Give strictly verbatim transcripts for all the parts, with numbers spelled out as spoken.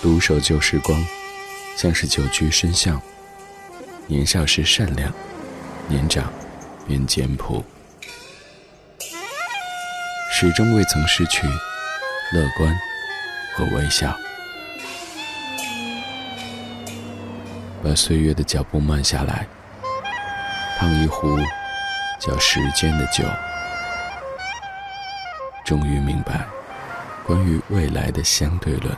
独守旧时光，像是久居深巷。年少时善良，年长便简朴，始终未曾失去乐观和微笑。把岁月的脚步慢下来，烫一壶叫时间的酒，终于明白关于未来的相对论。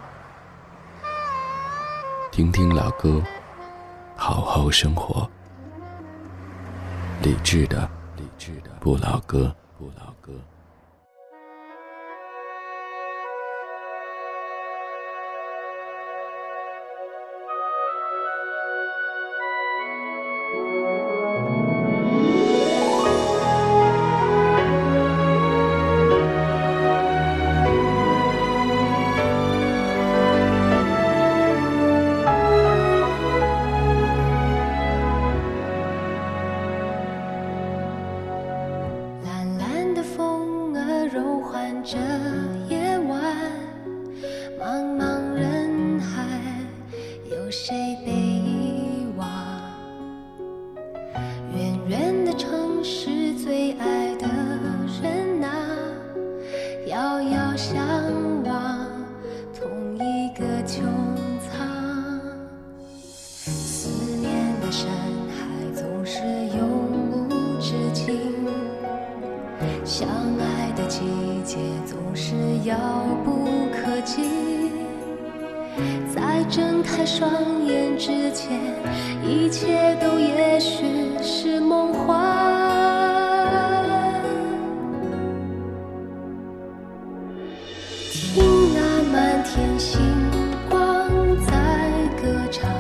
听听老歌，好好生活。理智的理智的不老歌不老歌。 这夜晚，茫茫人海，有谁被遗忘？远远的城市，最爱的人啊，遥遥相望，同一个穹苍。思念的山海总是永无止境，相爱的季节总是遥不可及，在睁开双眼之前，一切都也许是梦幻。听那满天星光在歌唱，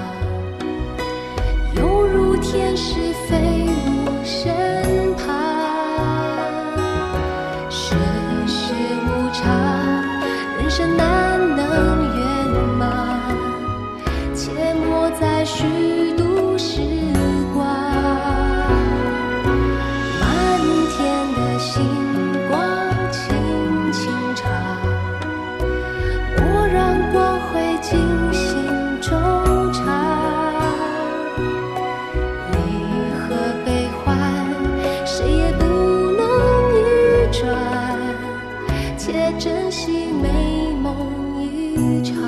犹如天使飞入身旁。人生难能圆满，阡陌在虚度时光。漫天的星光轻轻唱，莫让光辉进心中藏。离合悲欢，谁也不能逆转，且珍惜美梦一场。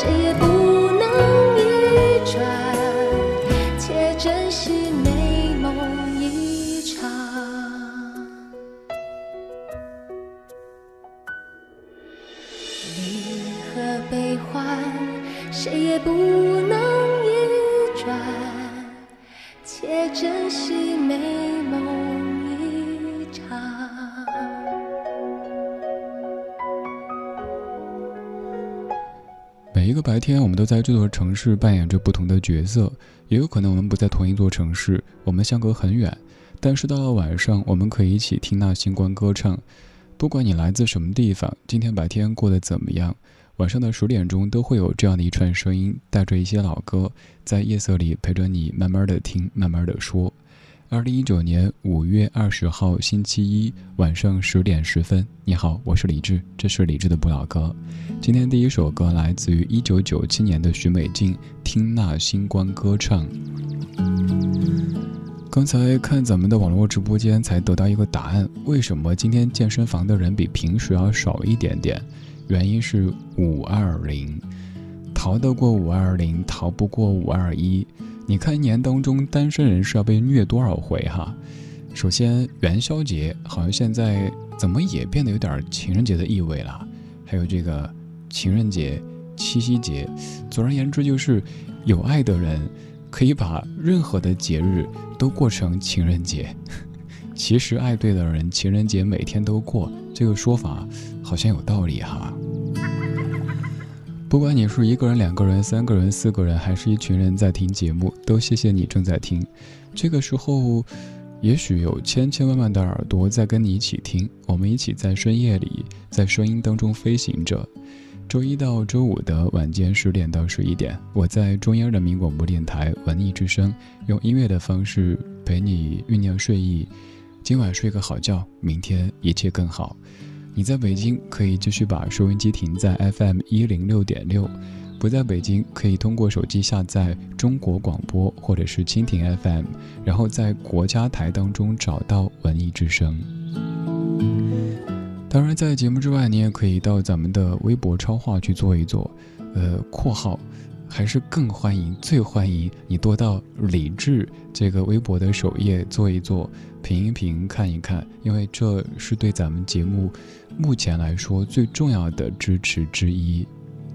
谁也不能一转，且珍惜美梦一场。离合悲欢，谁也不能一转，且珍惜美梦一场。 每一个白天，我们都在这座城市扮演着不同的角色，也有可能我们不在同一座城市，我们相隔很远，但是到了晚上，我们可以一起听那星光歌唱。不管你来自什么地方，今天白天过得怎么样，晚上的十点钟都会有这样的一串声音，带着一些老歌，在夜色里陪着你慢慢的听，慢慢的说。二零一九年五月二十号星期一晚上十点十分，你好，我是李志，这是李志的不老歌。今天第一首歌来自于一九九七年的许美静，听那星光歌唱。刚才看咱们的网络直播间才得到一个答案，为什么今天健身房的人比平时要少一点点？原因是五二零，逃得过五二零，逃不过五二一。你看一年当中单身人是要被虐多少回哈？首先元宵节好像现在怎么也变得有点情人节的意味了，还有这个情人节、七夕节，总而言之就是有爱的人可以把任何的节日都过成情人节。其实爱对的人情人节每天都过，这个说法好像有道理哈。不管你是一个人、两个人、三个人、四个人，还是一群人在听节目，都谢谢你正在听。这个时候也许有千千万万的耳朵在跟你一起听，我们一起在深夜里，在声音当中飞行着。周一到周五的晚间十点到十一点，我在中央人民广播电台文艺之声，用音乐的方式陪你酝酿睡意。今晚睡个好觉，明天一切更好。你在北京可以继续把收音机停在 F M 一零六点六，不在北京可以通过手机下载中国广播或者是蜻蜓 F M， 然后在国家台当中找到文艺之声。当然在节目之外，你也可以到咱们的微博超话去做一做，呃，括号还是更欢迎最欢迎你多到李志这个微博的首页做一做，评一评，看一看，因为这是对咱们节目目前来说最重要的支持之一。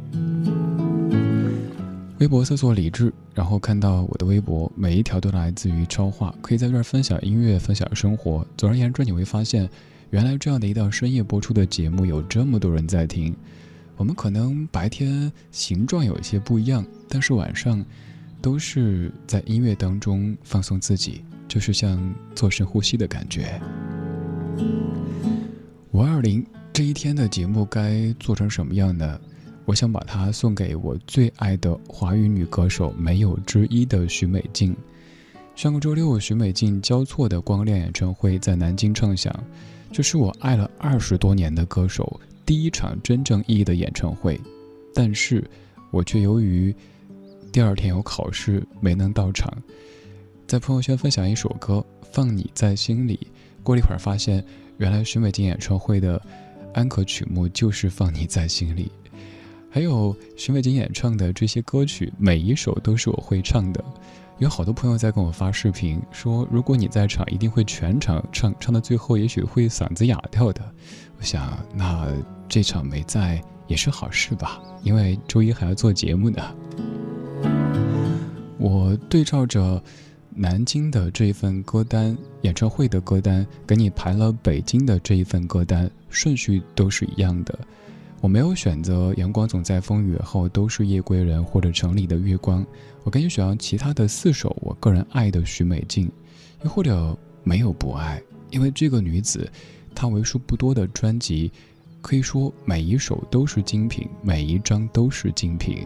微博搜索李志，然后看到我的微博，每一条都来自于超话，可以在这儿分享音乐，分享生活。总而言之，你会发现原来这样的一档深夜播出的节目有这么多人在听。我们可能白天形状有一些不一样，但是晚上都是在音乐当中放松自己，就是像做深呼吸的感觉。五二零这一天的节目该做成什么样呢？我想把它送给我最爱的华语女歌手没有之一的许美静。上个周六，许美静交错的光亮演唱会在南京唱响，这是我爱了二十多年的歌手第一场真正意义的演唱会，但是我却由于第二天有考试没能到场。在朋友圈分享一首歌放你在心里，过了一会儿发现原来许美静演唱会的安可曲目就是放你在心里。还有许美静演唱的这些歌曲每一首都是我会唱的，有好多朋友在跟我发视频说如果你在场一定会全场唱，唱到最后也许会嗓子哑掉的。我想那这场没在也是好事吧，因为周一还要做节目呢。我对照着南京的这一份歌单，演唱会的歌单，给你排了北京的这一份歌单，顺序都是一样的。我没有选择阳光总在风雨后，都是夜归人或者城里的月光，我给你选了其他的四首我个人爱的许美静，又或者没有不爱，因为这个女子她为数不多的专辑可以说每一首都是精品，每一张都是精品。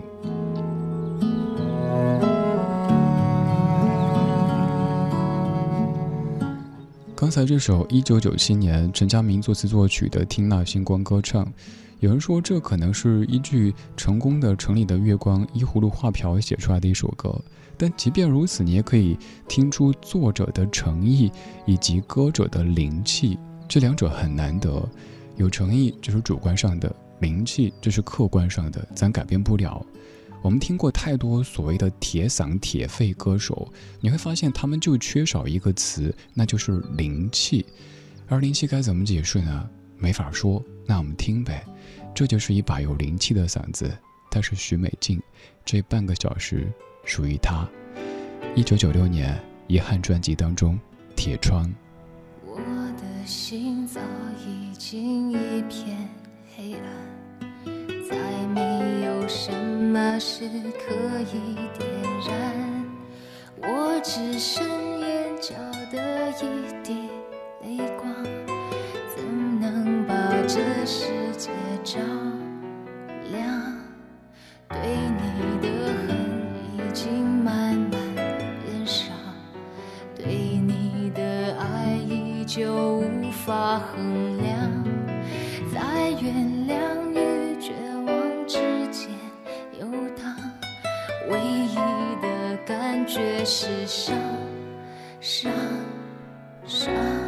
刚才这首一九九七年陈佳明作词作曲的《听那星光歌唱》，有人说这可能是依据成功的城里的月光依葫芦画瓢写出来的一首歌，但即便如此，你也可以听出作者的诚意以及歌者的灵气，这两者很难得。有诚意就是主观上的， 灵气这是客观上的，咱改变不了。我们听过太多所谓的铁嗓铁肺歌手，你会发现他们就缺少一个词，那就是灵气。而灵气该怎么解释呢？没法说，那我们听呗。这就是一把有灵气的嗓子，她是许美静，这半个小时属于她。一九九六年遗憾专辑当中，铁窗。 我的心早已经一片黑暗，再没有什么是可以点燃，我只剩眼角的一滴泪光，怎能把这世界照亮？对你的恨已经慢慢变少，对你的爱依旧无法衡量，在原谅与绝望之间游荡，唯一的感觉是伤伤伤。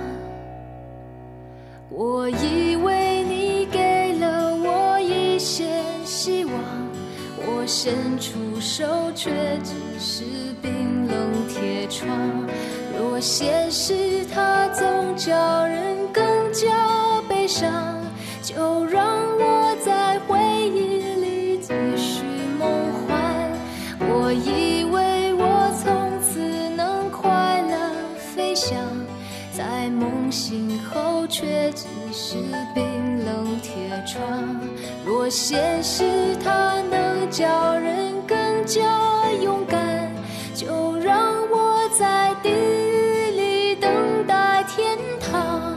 我以为你给了我一些希望，我伸出手却只是冰冷铁窗。若现实它总叫人更加悲伤，就让我在回忆里继续梦幻。我以为我从此能快乐飞翔，在梦醒后却只是冰冷铁窗。若现实它能叫人更加勇敢，就让我在地狱里等待天堂。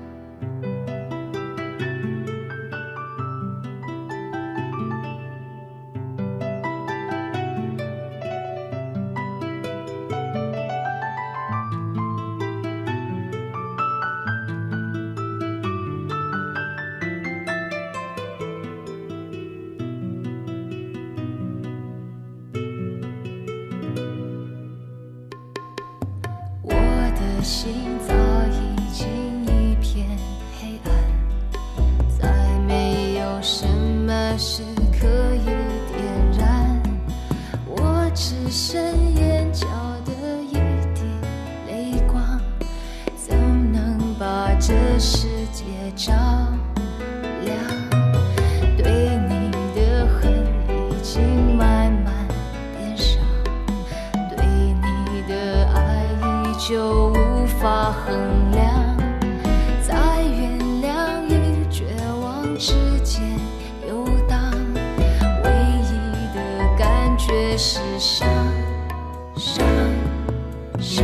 心早已经一片黑暗，再没有什么是可以点燃，我只剩眼角的一滴泪光，怎能把这世界照亮？对你的恨已经慢慢变少，对你的爱依旧无法衡量，在原谅与绝望之间游荡，唯一的感觉是伤伤伤。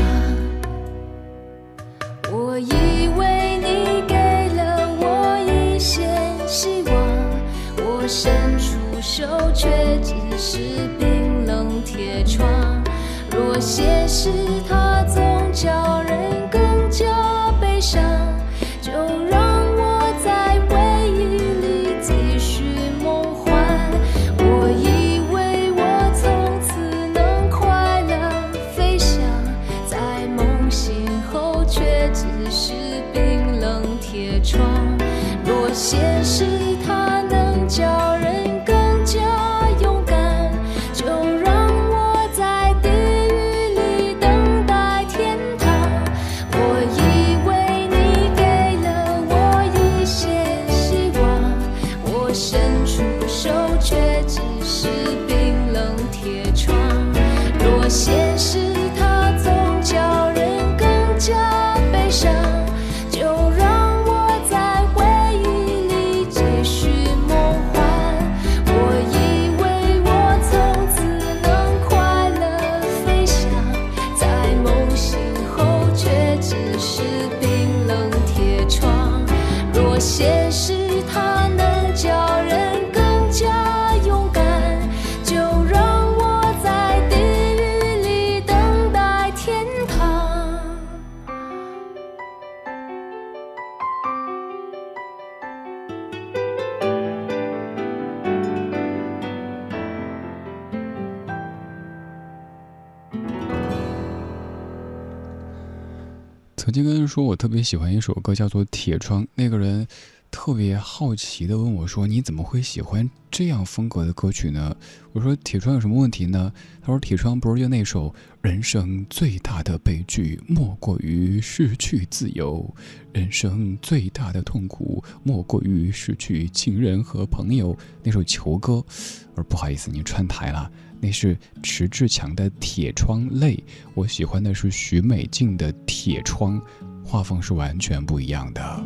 我以为你给了我一些希望，我伸出手却只是冰冷铁窗。若现实它总叫人更加悲伤，就让我在回忆里继续梦幻。我以为我从此能快乐飞翔，在梦醒后却只是冰冷铁窗。若现实它能叫人更加勇敢，就让我在地狱里等待天堂。我以为你给了我一些希望，我伸出手却只是冰冷铁窗。若现实它总叫人更加悲伤，就让我在回忆里继续梦幻。我以为我从此能快乐飞翔，在梦醒后却只是冰冷铁窗。若现实它能叫人更加勇敢，就让我在地狱里等待天堂。 曾经跟人说我特别喜欢一首歌叫做《铁窗》，那个人特别好奇的问我说：“你怎么会喜欢这样风格的歌曲呢？”我说：“铁窗有什么问题呢？”他说：“铁窗不是就那首人生最大的悲剧莫过于失去自由，人生最大的痛苦莫过于失去亲人和朋友，那首囚歌。”我说：“不好意思，你串台了，那是迟志强的《铁窗泪》，我喜欢的是许美静的《铁窗》，画风是完全不一样的。”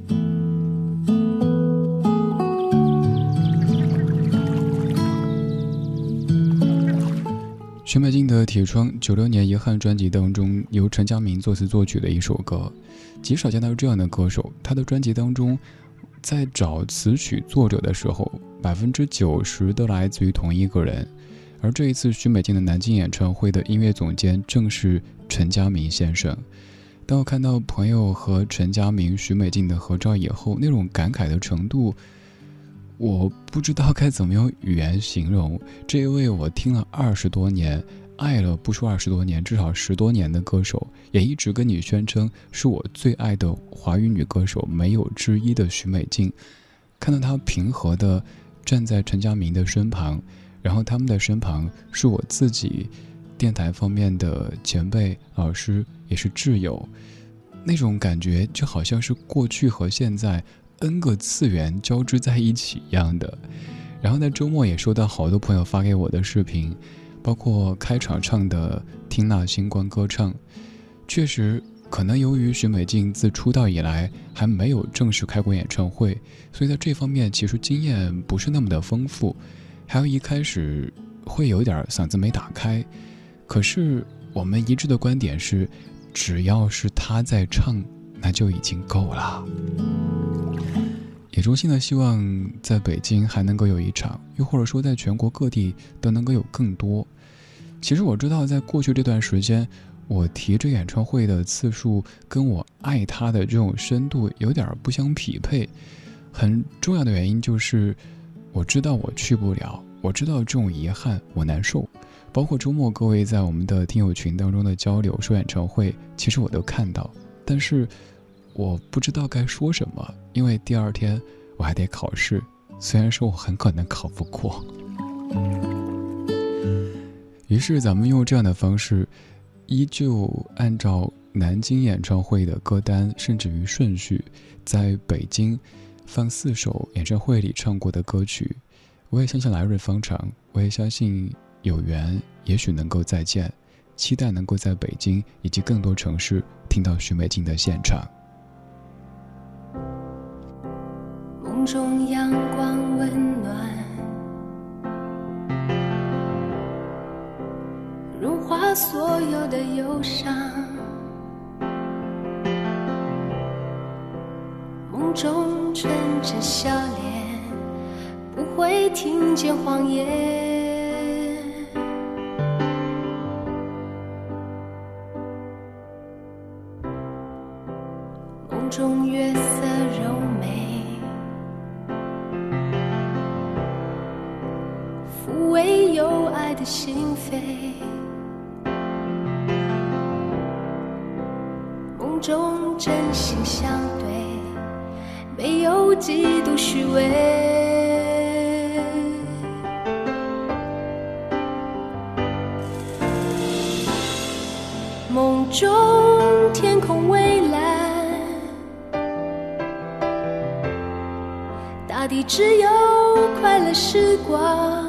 许美静的《铁窗》，九六年《遗憾》专辑当中由陈佳明作词作曲的一首歌，极少见到这样的歌手。他的专辑当中，在找词曲作者的时候，百分之九十都来自于同一个人。而这一次许美静的南京演唱会的音乐总监正是陈佳明先生。当我看到朋友和陈佳明、许美静的合照以后，那种感慨的程度，我不知道该怎么用语言形容。这一位我听了二十多年，爱了不说二十多年，至少十多年的歌手，也一直跟你宣称是我最爱的华语女歌手没有之一的许美静，看到她平和地站在陈佳明的身旁，然后他们的身旁是我自己电台方面的前辈老师，也是挚友，那种感觉就好像是过去和现在N 个次元交织在一起一样的。然后在周末也收到好多朋友发给我的视频，包括开场唱的听那星光歌唱。确实可能由于许美静自出道以来还没有正式开过演唱会，所以在这方面其实经验不是那么的丰富，还有一开始会有点嗓子没打开。可是我们一致的观点是，只要是她在唱，那就已经够了。也衷心的希望在北京还能够有一场，又或者说在全国各地都能够有更多。其实我知道在过去这段时间，我提这演唱会的次数跟我爱他的这种深度有点不相匹配。很重要的原因就是我知道我去不了，我知道这种遗憾我难受。包括周末各位在我们的听友群当中的交流说演唱会，其实我都看到，但是我不知道该说什么，因为第二天我还得考试，虽然说我很可能考不过。于是咱们用这样的方式，依旧按照南京演唱会的歌单甚至于顺序，在北京放四首演唱会里唱过的歌曲。我也相信来日方长，我也相信有缘也许能够再见，期待能够在北京以及更多城市听到许美静的现场。 梦中阳光温暖，融化所有的忧伤，梦中纯真笑脸，不会听见谎言。梦中月色柔美，抚慰有爱的心扉。梦中真心相对，没有嫉妒虚伪。梦中天空蔚蓝，大地只有快乐时光，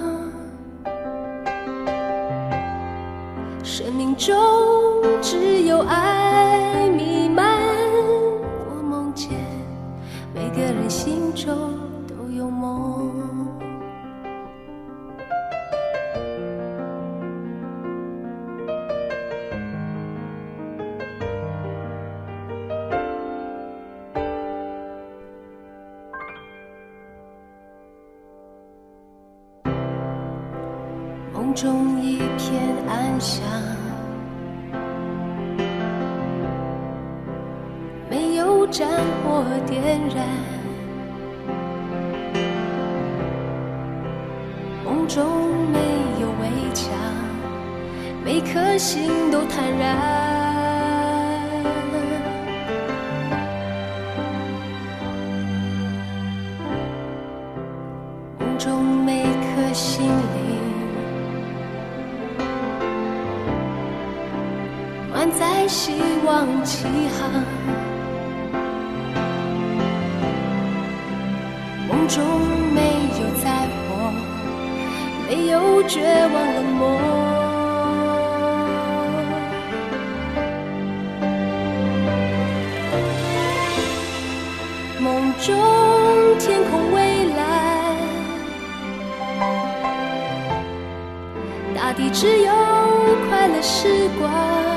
生命中只有爱弥漫。我梦见每个人心中都有梦。梦中一片安详，没有战火点燃。梦中没有围墙，每颗心都坦然。 在希望起航，梦中没有灾祸，没有绝望冷漠，梦中天空蔚蓝，大地只有快乐时光，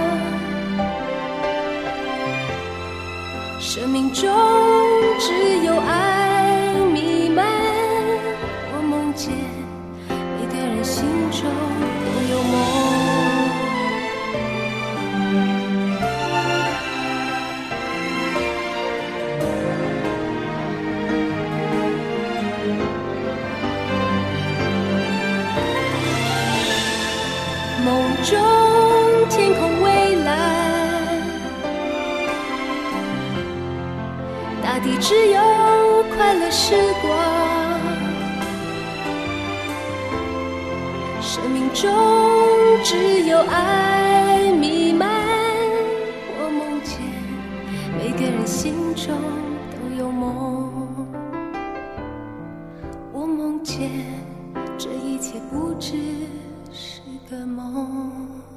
生命中只有爱弥漫。我梦见每个人心中都有梦，梦中天空蔚蓝，大地只有快乐时光，生命中只有爱弥漫。我梦见每个人心中都有梦，我梦见这一切不只是个梦。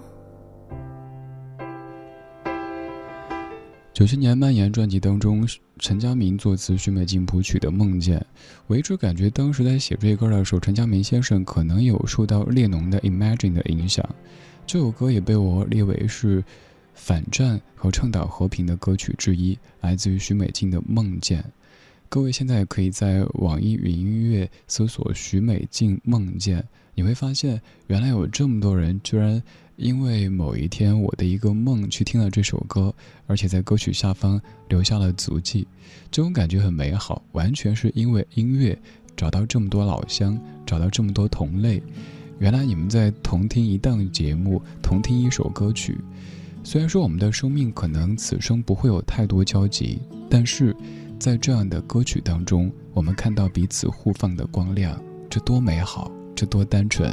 九七年《蔓延》专辑当中，陈佳明作词，许美静谱曲的《梦见》，我一直感觉当时在写这歌的时候，陈佳明先生可能有受到列侬的《Imagine》的影响。这首歌也被我列为是反战和倡导和平的歌曲之一，来自于许美静的《梦见》。各位现在可以在网易云音乐搜索许美静《梦见》，你会发现原来有这么多人居然因为某一天我的一个梦去听了这首歌，而且在歌曲下方留下了足迹，这种感觉很美好，完全是因为音乐找到这么多老乡，找到这么多同类。原来你们在同听一档节目，同听一首歌曲，虽然说我们的生命可能此生不会有太多交集，但是在这样的歌曲当中，我们看到彼此互放的光亮，这多美好，这多单纯。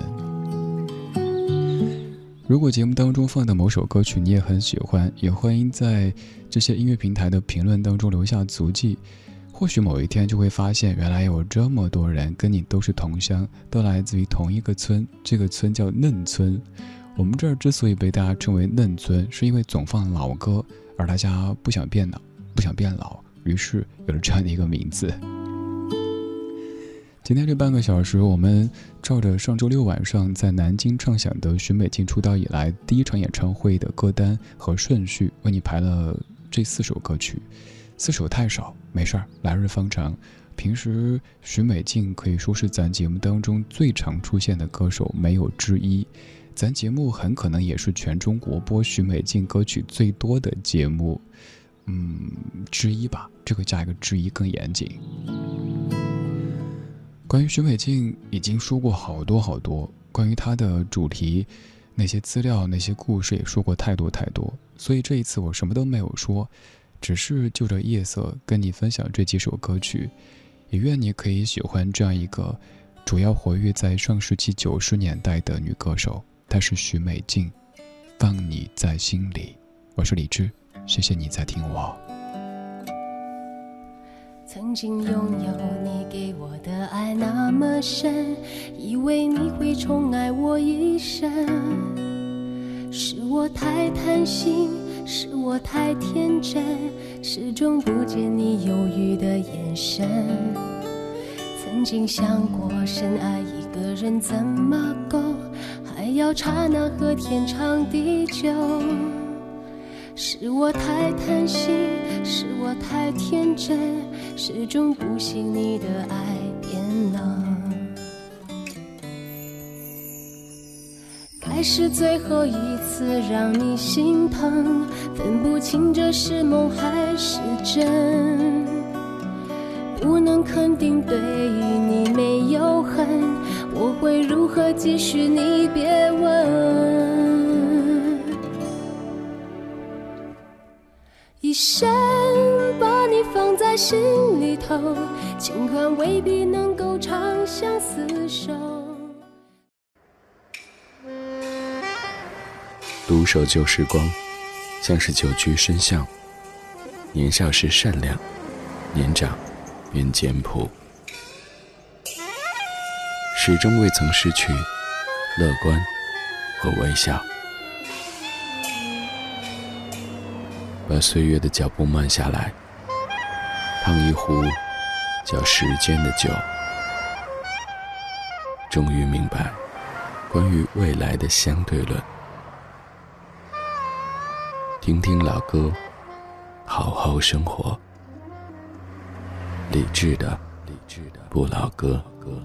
如果节目当中放的某首歌曲你也很喜欢，也欢迎在这些音乐平台的评论当中留下足迹，或许某一天就会发现原来有这么多人跟你都是同乡，都来自于同一个村，这个村叫嫩村。我们这儿之所以被大家称为嫩村，是因为总放老歌，而大家不想变老，不想变老，于是有了这样的一个名字。今天这半个小时，我们照着上周六晚上在南京唱响的许美静出道以来第一场演唱会的歌单和顺序，为你排了这四首歌曲。四首太少，没事儿，来日方长。平时许美静可以说是咱节目当中最常出现的歌手，没有之一。咱节目很可能也是全中国播许美静歌曲最多的节目，嗯，之一吧，这个加一个之一更严谨。关于许美静已经说过好多好多，关于她的主题，那些资料那些故事也说过太多太多，所以这一次我什么都没有说，只是就着夜色跟你分享这几首歌曲，也愿你可以喜欢这样一个主要活跃在上世纪九十年代的女歌手，她是许美静，放你在心里。我是李志，谢谢你在听我。 曾经拥有你给我的爱那么深，以为你会宠爱我一生，是我太贪心，是我太天真，始终不见你犹豫的眼神。曾经想过深爱一个人怎么够，还要刹那和天长地久，是我太贪心，是我太天真，始终不信你的爱变冷。开始最后一次让你心疼，分不清这是梦还是真，不能肯定对你没有恨，我会如何继续你别问。一生把你放在心里头，情感未必能够长相厮守。 独守旧时光， 像是久居深巷，年少时善良，年长便简朴，始终未曾失去乐观和微笑。把岁月的脚步慢下来，烫一壶叫时间的酒，终于明白关于未来的相对论。听听老歌，好好生活。理智的不老歌。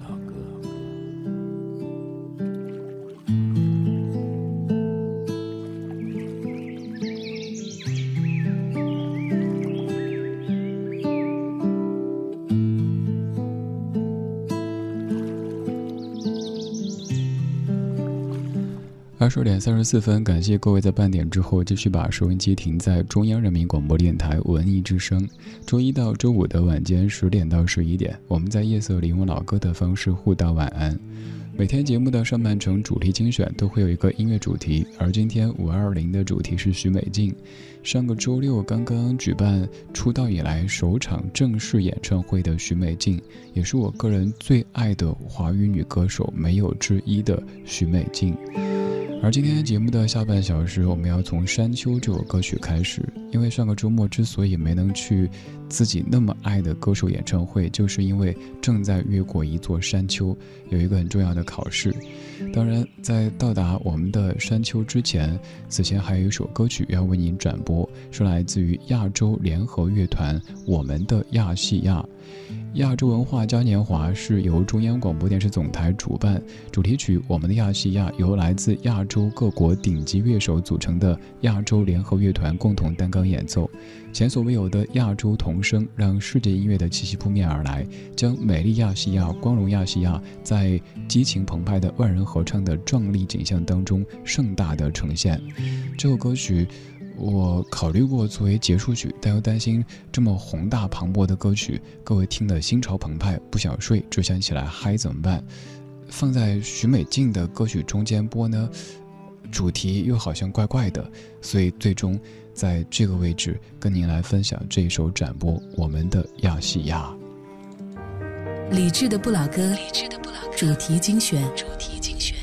二十点三十四分，感谢各位在半点之后继续把收音机停在中央人民广播电台文艺之声。周一到周五的晚间十点到十一点，我们在夜色里用老歌的方式互道晚安。每天节目的上半程主题精选都会有一个音乐主题，而今天五二零的主题是许美静。上个周六刚刚举办出道以来首场正式演唱会的许美静，也是我个人最爱的华语女歌手，没有之一的许美静。而今天节目的下半小时，我们要从《山丘》这首歌曲开始。因为上个周末之所以没能去自己那么爱的歌手演唱会，就是因为正在越过一座山丘，有一个很重要的考试。当然，在到达我们的山丘之前，此前还有一首歌曲要为您转播，是来自于亚洲联合乐团我们的亚细亚。亚洲文化嘉年华是由中央广播电视总台主办，主题曲《我们的亚细亚》由来自亚洲各国顶级乐手组成的亚洲联合乐团共同担纲演奏。前所未有的亚洲童声让世界音乐的气息扑面而来，将美丽亚细亚、光荣亚细亚在激情澎湃的万人合唱的壮丽景象当中盛大的呈现。这首歌曲我考虑过作为结束曲，但又担心这么宏大磅礴的歌曲各位听得心潮澎湃，不想睡，只想起来嗨怎么办？放在许美静的歌曲中间播呢，主题又好像怪怪的，所以最终在这个位置跟您来分享这一首展播《我们的亚细亚》。 理智的不老歌，理智的不老歌主题精选，主题精选。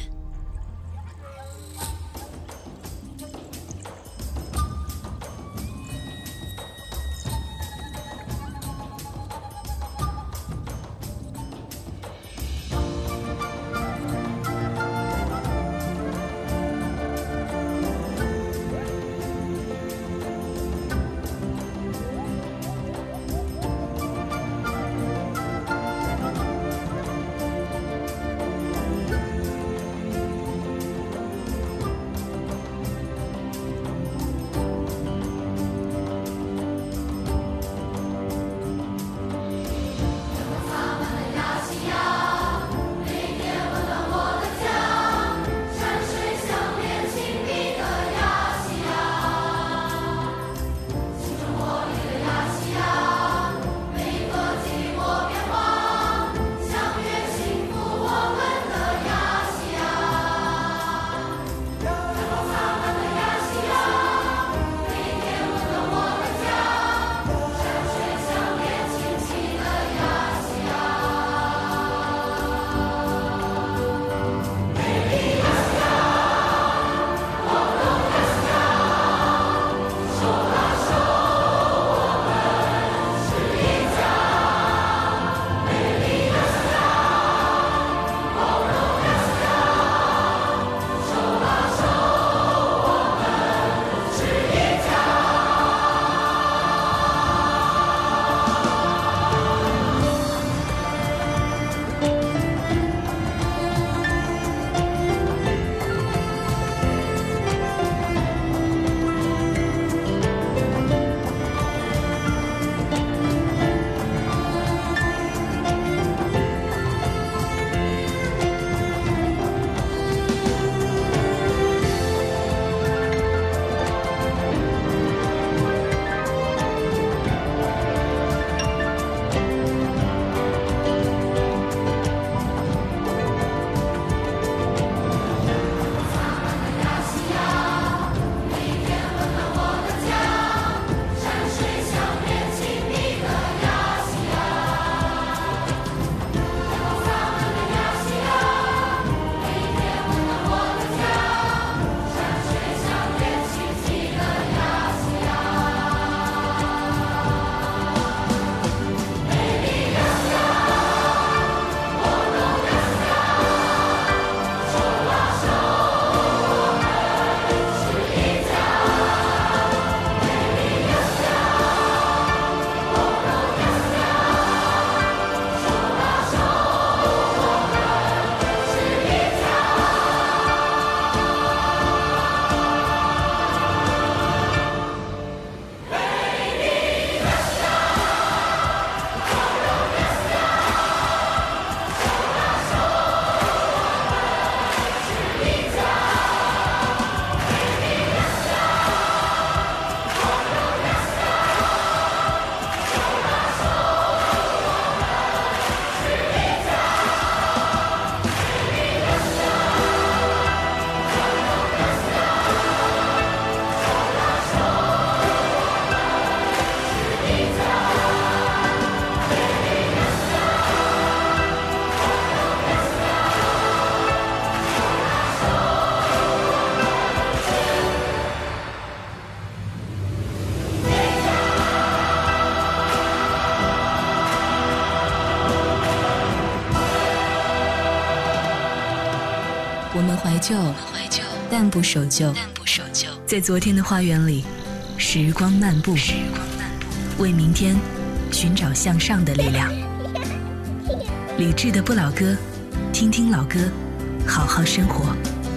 怀旧，但不守旧。在昨天的花园里，时光漫步，为明天寻找向上的力量。理智的不老歌，听听老歌，好好生活。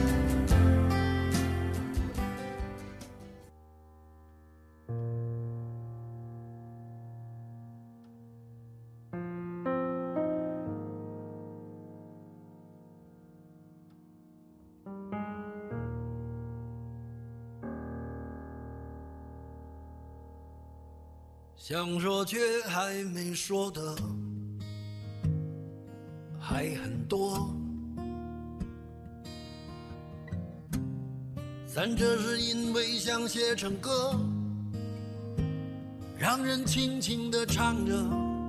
想说却还没说的还很多，但这是因为想写成歌，让人轻轻地唱着，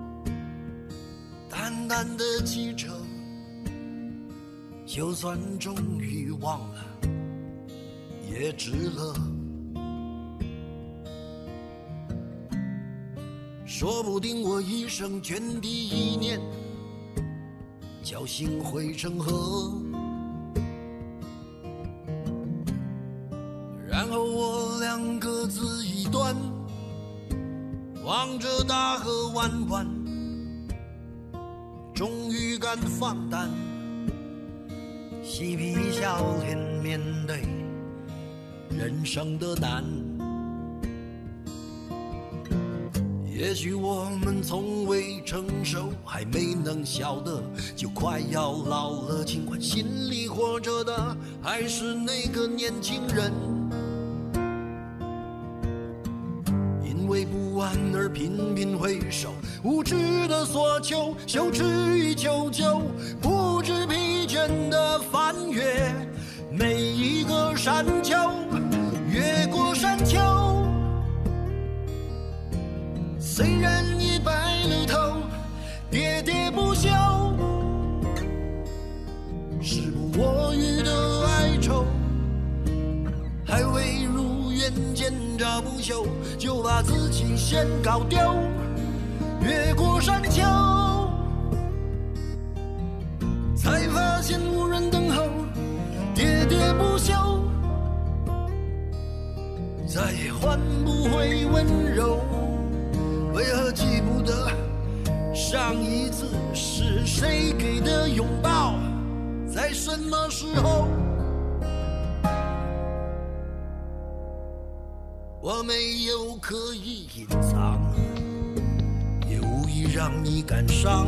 淡淡的记着，就算终于忘了也值了。说不定我一生涓滴一念，侥幸汇成河，然后我俩各自一端，望着大河弯弯，终于敢放胆，嬉皮笑脸面对人生的难。也许我们从未成熟，还没能晓得，就快要老了，尽管心里活着的还是那个年轻人。因为不安而频频回首，无知的索求，羞耻与求救，不知疲倦的翻越每一个山丘，越过山丘。虽然已白了头，喋喋不休，时不我予的哀愁，还未如愿见着不朽，就把自己先搞丢。越过山丘，才发现无人等候，喋喋不休，再也换不回温柔。为何记不得上一次是谁给的拥抱，在什么时候？我没有刻意隐藏，也无意让你感伤。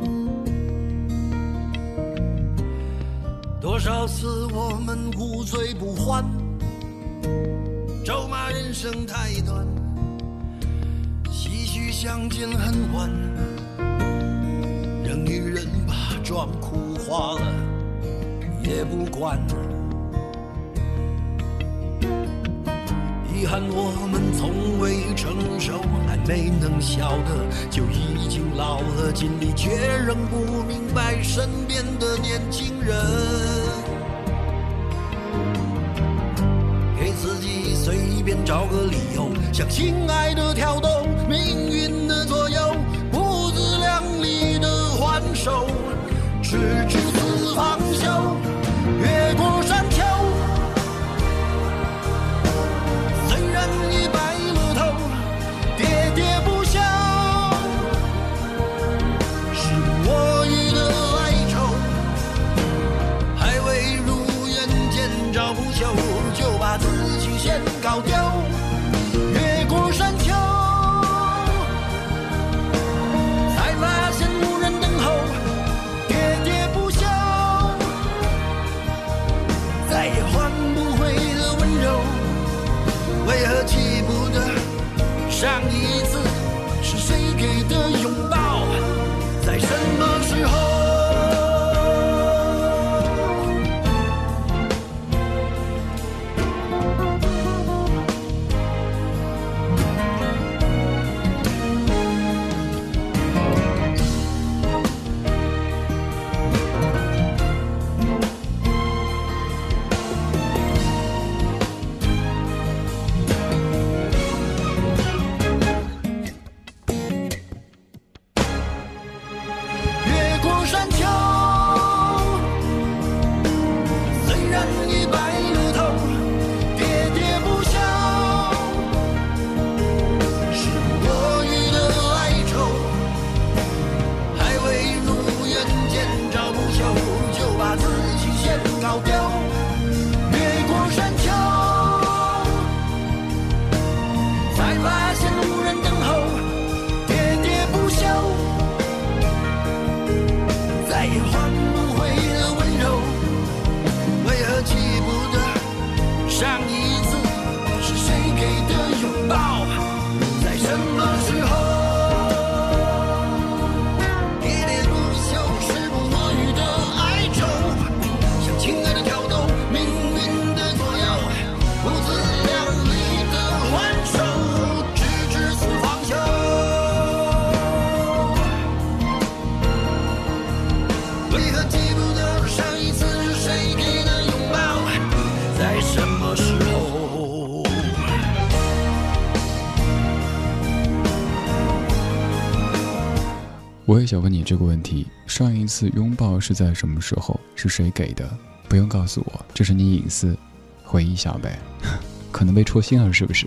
多少次我们无醉不欢，咒骂人生太短，相见恨晚，让女人把妆哭花了也不管。遗憾我们从未成熟，还没能晓得，就已经老了，尽力却仍不明白身边的年轻人。给自己随便找个理由，向心爱的挑逗，命运的左右，不自量力的还手，直至死方休。越过山丘，虽然已白了头，喋喋不休，时不我予的哀愁，还未如愿见着不朽，就把自己先搞丢。越过山丘，才发现无人等候，喋喋不休，再也换不回的温柔。为何记不得上一次是谁给的拥抱，在什么时候？ 我也想问你这个问题，上一次拥抱是在什么时候？是谁给的？不用告诉我，这是你隐私，回忆一下呗。可能被戳心了，是不是？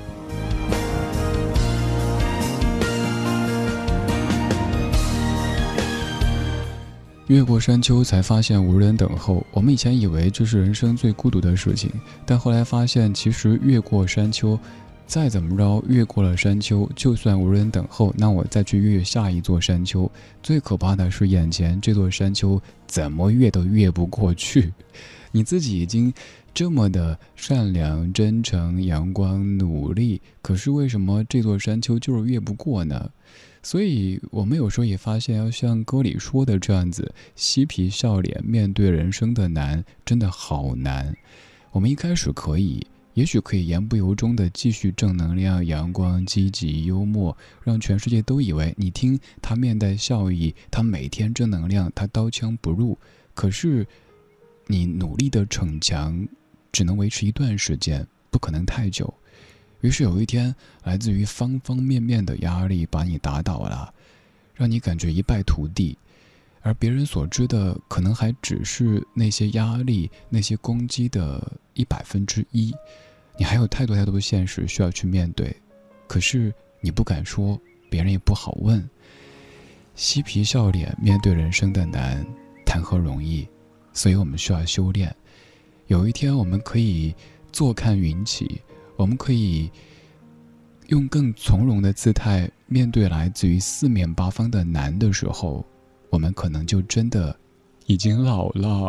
越过山丘才发现无人等候，我们以前以为这是人生最孤独的事情，但后来发现其实越过山丘，再怎么着越过了山丘，就算无人等候，那我再去越下一座山丘，最可怕的是眼前这座山丘怎么越都越不过去。你自己已经这么的善良、真诚、阳光、努力，可是为什么这座山丘就是越不过呢？所以我们有时候也发现，要像歌里说的这样子，嬉皮笑脸面对人生的难，真的好难。我们一开始可以，也许可以言不由衷的继续正能量、阳光、积极、幽默，让全世界都以为你听他面带笑意，他每天正能量，他刀枪不入。可是你努力的逞强，只能维持一段时间，不可能太久。于是有一天，来自于方方面面的压力把你打倒了，让你感觉一败涂地，而别人所知的可能还只是那些压力、那些攻击的一百分之一。你还有太多太多的现实需要去面对，可是你不敢说，别人也不好问。嬉皮笑脸面对人生的难，谈何容易？所以我们需要修炼。有一天我们可以坐看云起，我们可以用更从容的姿态面对来自于四面八方的难的时候，我们可能就真的已经老了。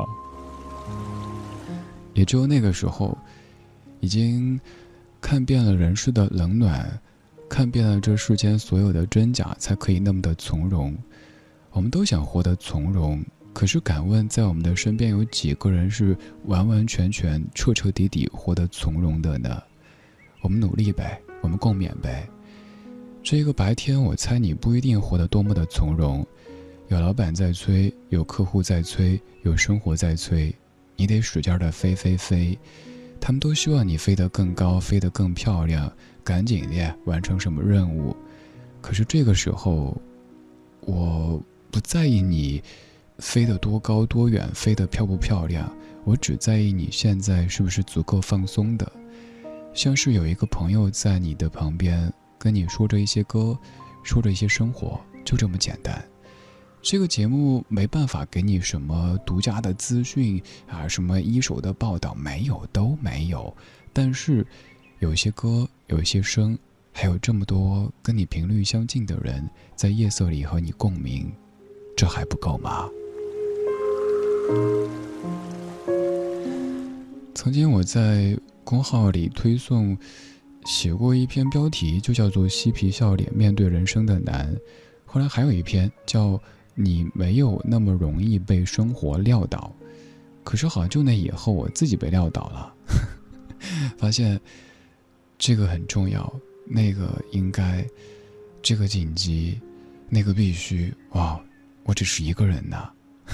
也只有那个时候，已经看遍了人世的冷暖，看遍了这世间所有的真假，才可以那么的从容。我们都想活得从容，可是敢问在我们的身边有几个人是完完全全彻彻底底活得从容的呢？我们努力呗，我们共勉呗。这个白天我猜你不一定活得多么的从容，有老板在催，有客户在催，有生活在催，你得使劲的飞飞飞。他们都希望你飞得更高，飞得更漂亮，赶紧的完成什么任务。可是这个时候，我不在意你飞得多高多远，飞得漂不漂亮，我只在意你现在是不是足够放松的。像是有一个朋友在你的旁边，跟你说着一些歌，说着一些生活，就这么简单。这个节目没办法给你什么独家的资讯啊，什么一手的报道，没有，都没有。但是有一些歌，有一些声，还有这么多跟你频率相近的人，在夜色里和你共鸣，这还不够吗？曾经我在公号里推送写过一篇标题，就叫做嬉皮笑脸面对人生的难。后来还有一篇叫你没有那么容易被生活撂倒。可是好像就那以后我自己被撂倒了发现这个很重要，那个应该，这个紧急，那个必须。哇，我只是一个人呐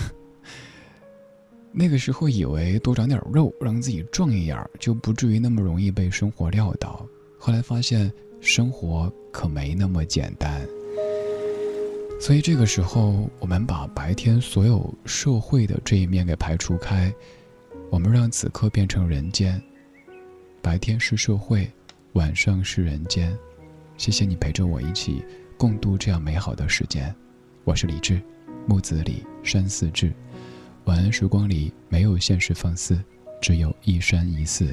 那个时候以为多长点肉，让自己壮一点，就不至于那么容易被生活撂倒。后来发现生活可没那么简单。所以这个时候，我们把白天所有社会的这一面给排除开，我们让此刻变成人间。白天是社会，晚上是人间。谢谢你陪着我一起共度这样美好的时间。我是李志，木子李，山寺志。晚安时光里没有现实放肆，只有一山一寺。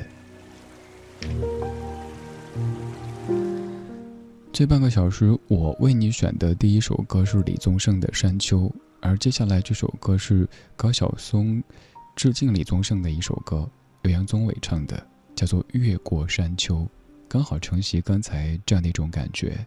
这半个小时我为你选的第一首歌是李宗盛的《山丘》，而接下来这首歌是高晓松致敬李宗盛的一首歌，由杨宗纬唱的，叫做《越过山丘》，刚好承袭刚才这样的一种感觉。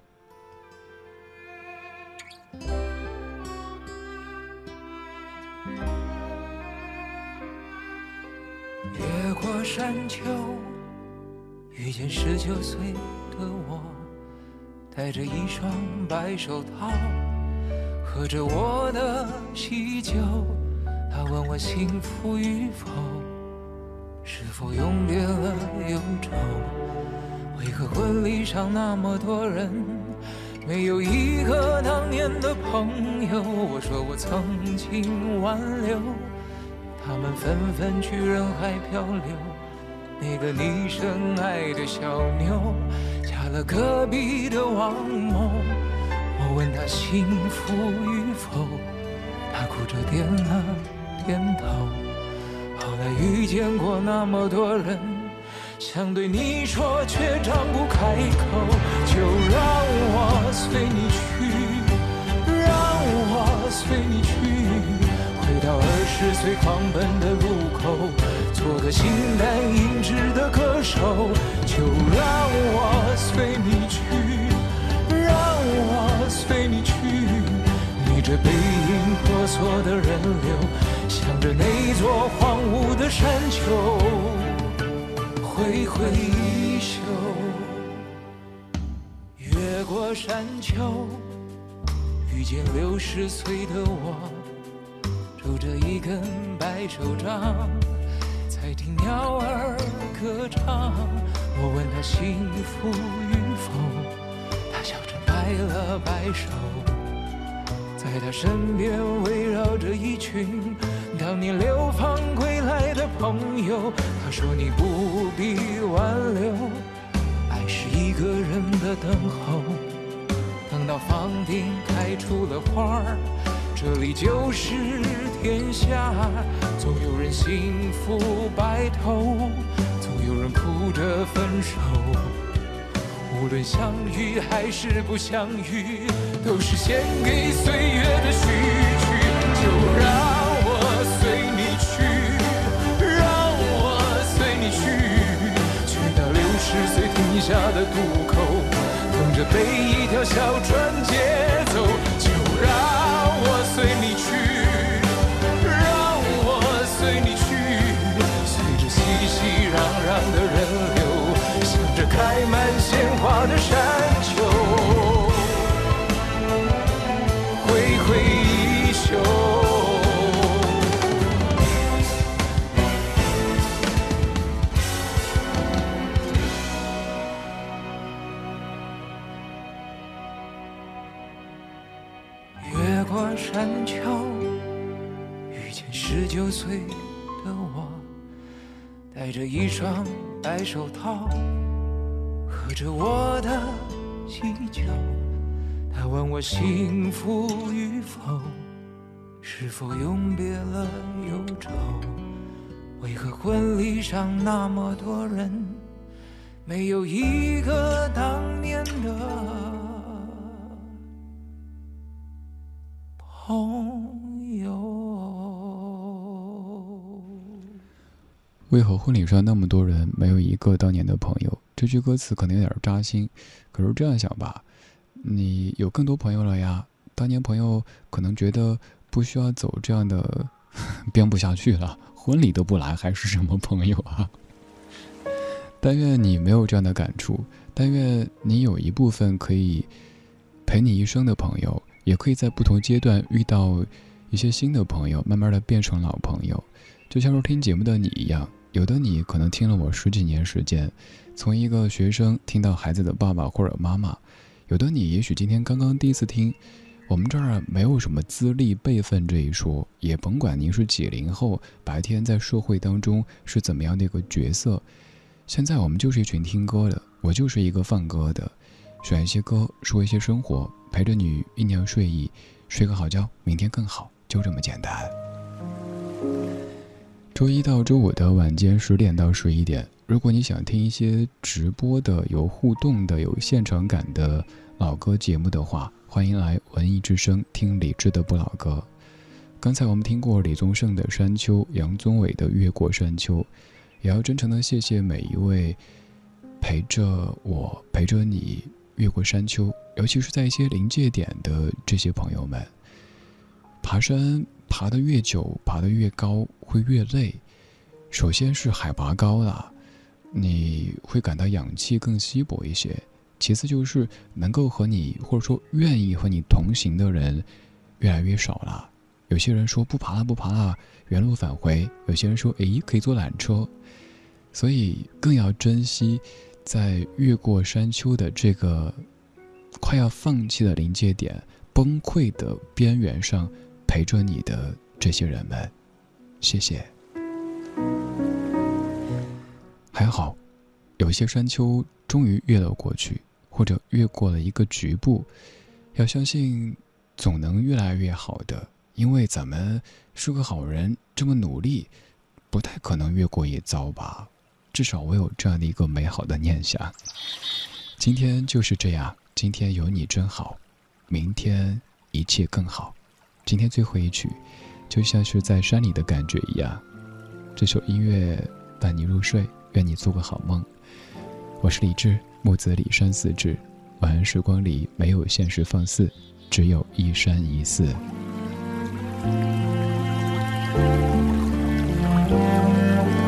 越过山丘，遇见十九岁的我，戴着一双白手套，喝着我的喜酒。他问我幸福与否，是否永别了忧愁？为何婚礼上那么多人， 没有一个当年的朋友。我说我曾经挽留，他们纷纷去人海漂流。那个你深爱的小妞嫁了隔壁的王某，我问她幸福与否，她哭着点了点头。后来遇见过那么多人，想对你说却张不开口，就让我随你去，让我随你去，回到二十岁狂奔的路口，做个形单影只的歌手，就让我随你去，让我随你去，逆着背影婆娑的人流，向着那座荒芜的山丘挥挥衣袖。越过山丘，遇见六十岁的我，拄着一根白手杖，在听鸟儿歌唱。我问他幸福与否，他笑着摆了摆手。在他身边围绕着一群当年流放归来的朋友。他说你不必挽留，爱是一个人的等候，等到房顶开出了花儿，这里就是天下。总有人幸福白头，总有人哭着分手。无论相遇还是不相遇，都是献给岁月的序曲。就让我随你去，让我随你去，去到六十岁停下的渡口，等着被一条小船接走。就让我随你去，让我随你去，随着熙熙攘攘的人流，向着开满鲜花的山丘挥挥衣袖。越过山丘，遇见十九岁的我，戴着一双白手套，喝着我的喜酒。他问我幸福与否，是否永别了忧愁。为何婚礼上那么多人，没有一个当年的朋友。 为何婚礼上那么多人，没有一个当年的朋友？这句歌词可能有点扎心，可是这样想吧，你有更多朋友了呀，当年朋友可能觉得不需要走这样的编不下去了，婚礼都不来，还是什么朋友啊？但愿你没有这样的感触，但愿你有一部分可以陪你一生的朋友，也可以在不同阶段遇到一些新的朋友，慢慢的变成老朋友。就像是听节目的你一样，有的你可能听了我十几年时间，从一个学生听到孩子的爸爸或者妈妈，有的你也许今天刚刚第一次听。我们这儿没有什么资历辈分这一说，也甭管您是几零后，白天在社会当中是怎么样的一个角色。现在我们就是一群听歌的，我就是一个放歌的，选一些歌，说一些生活，陪着你一年睡意，睡个好觉，明天更好，就这么简单。周一到周五的晚间十点到十一点，如果你想听一些直播的、有互动的、有现场感的老歌节目的话，欢迎来文艺之声听李志的不老歌。刚才我们听过李宗盛的《山丘》，杨宗纬的《越过山丘》，也要真诚的谢谢每一位陪着我、陪着你越过山丘，尤其是在一些临界点的这些朋友们。爬山爬得越久，爬得越高，会越累。首先是海拔高了，你会感到氧气更稀薄一些。其次就是能够和你或者说愿意和你同行的人越来越少了。有些人说不爬了不爬了，原路返回，有些人说诶可以坐缆车。所以更要珍惜在越过山丘的这个快要放弃的临界点，崩溃的边缘上陪着你的这些人们，谢谢。还好，有些山丘终于越了过去，或者越过了一个局部，要相信总能越来越好的，因为咱们是个好人，这么努力，不太可能越过一遭吧。至少我有这样的一个美好的念想。今天就是这样，今天有你真好，明天一切更好。今天最后一曲就像是在山里的感觉一样，这首音乐伴你入睡，愿你做个好梦。我是李志，木子李山四志。晚安时光里没有现实放肆，只有一山一寺。 Thank you.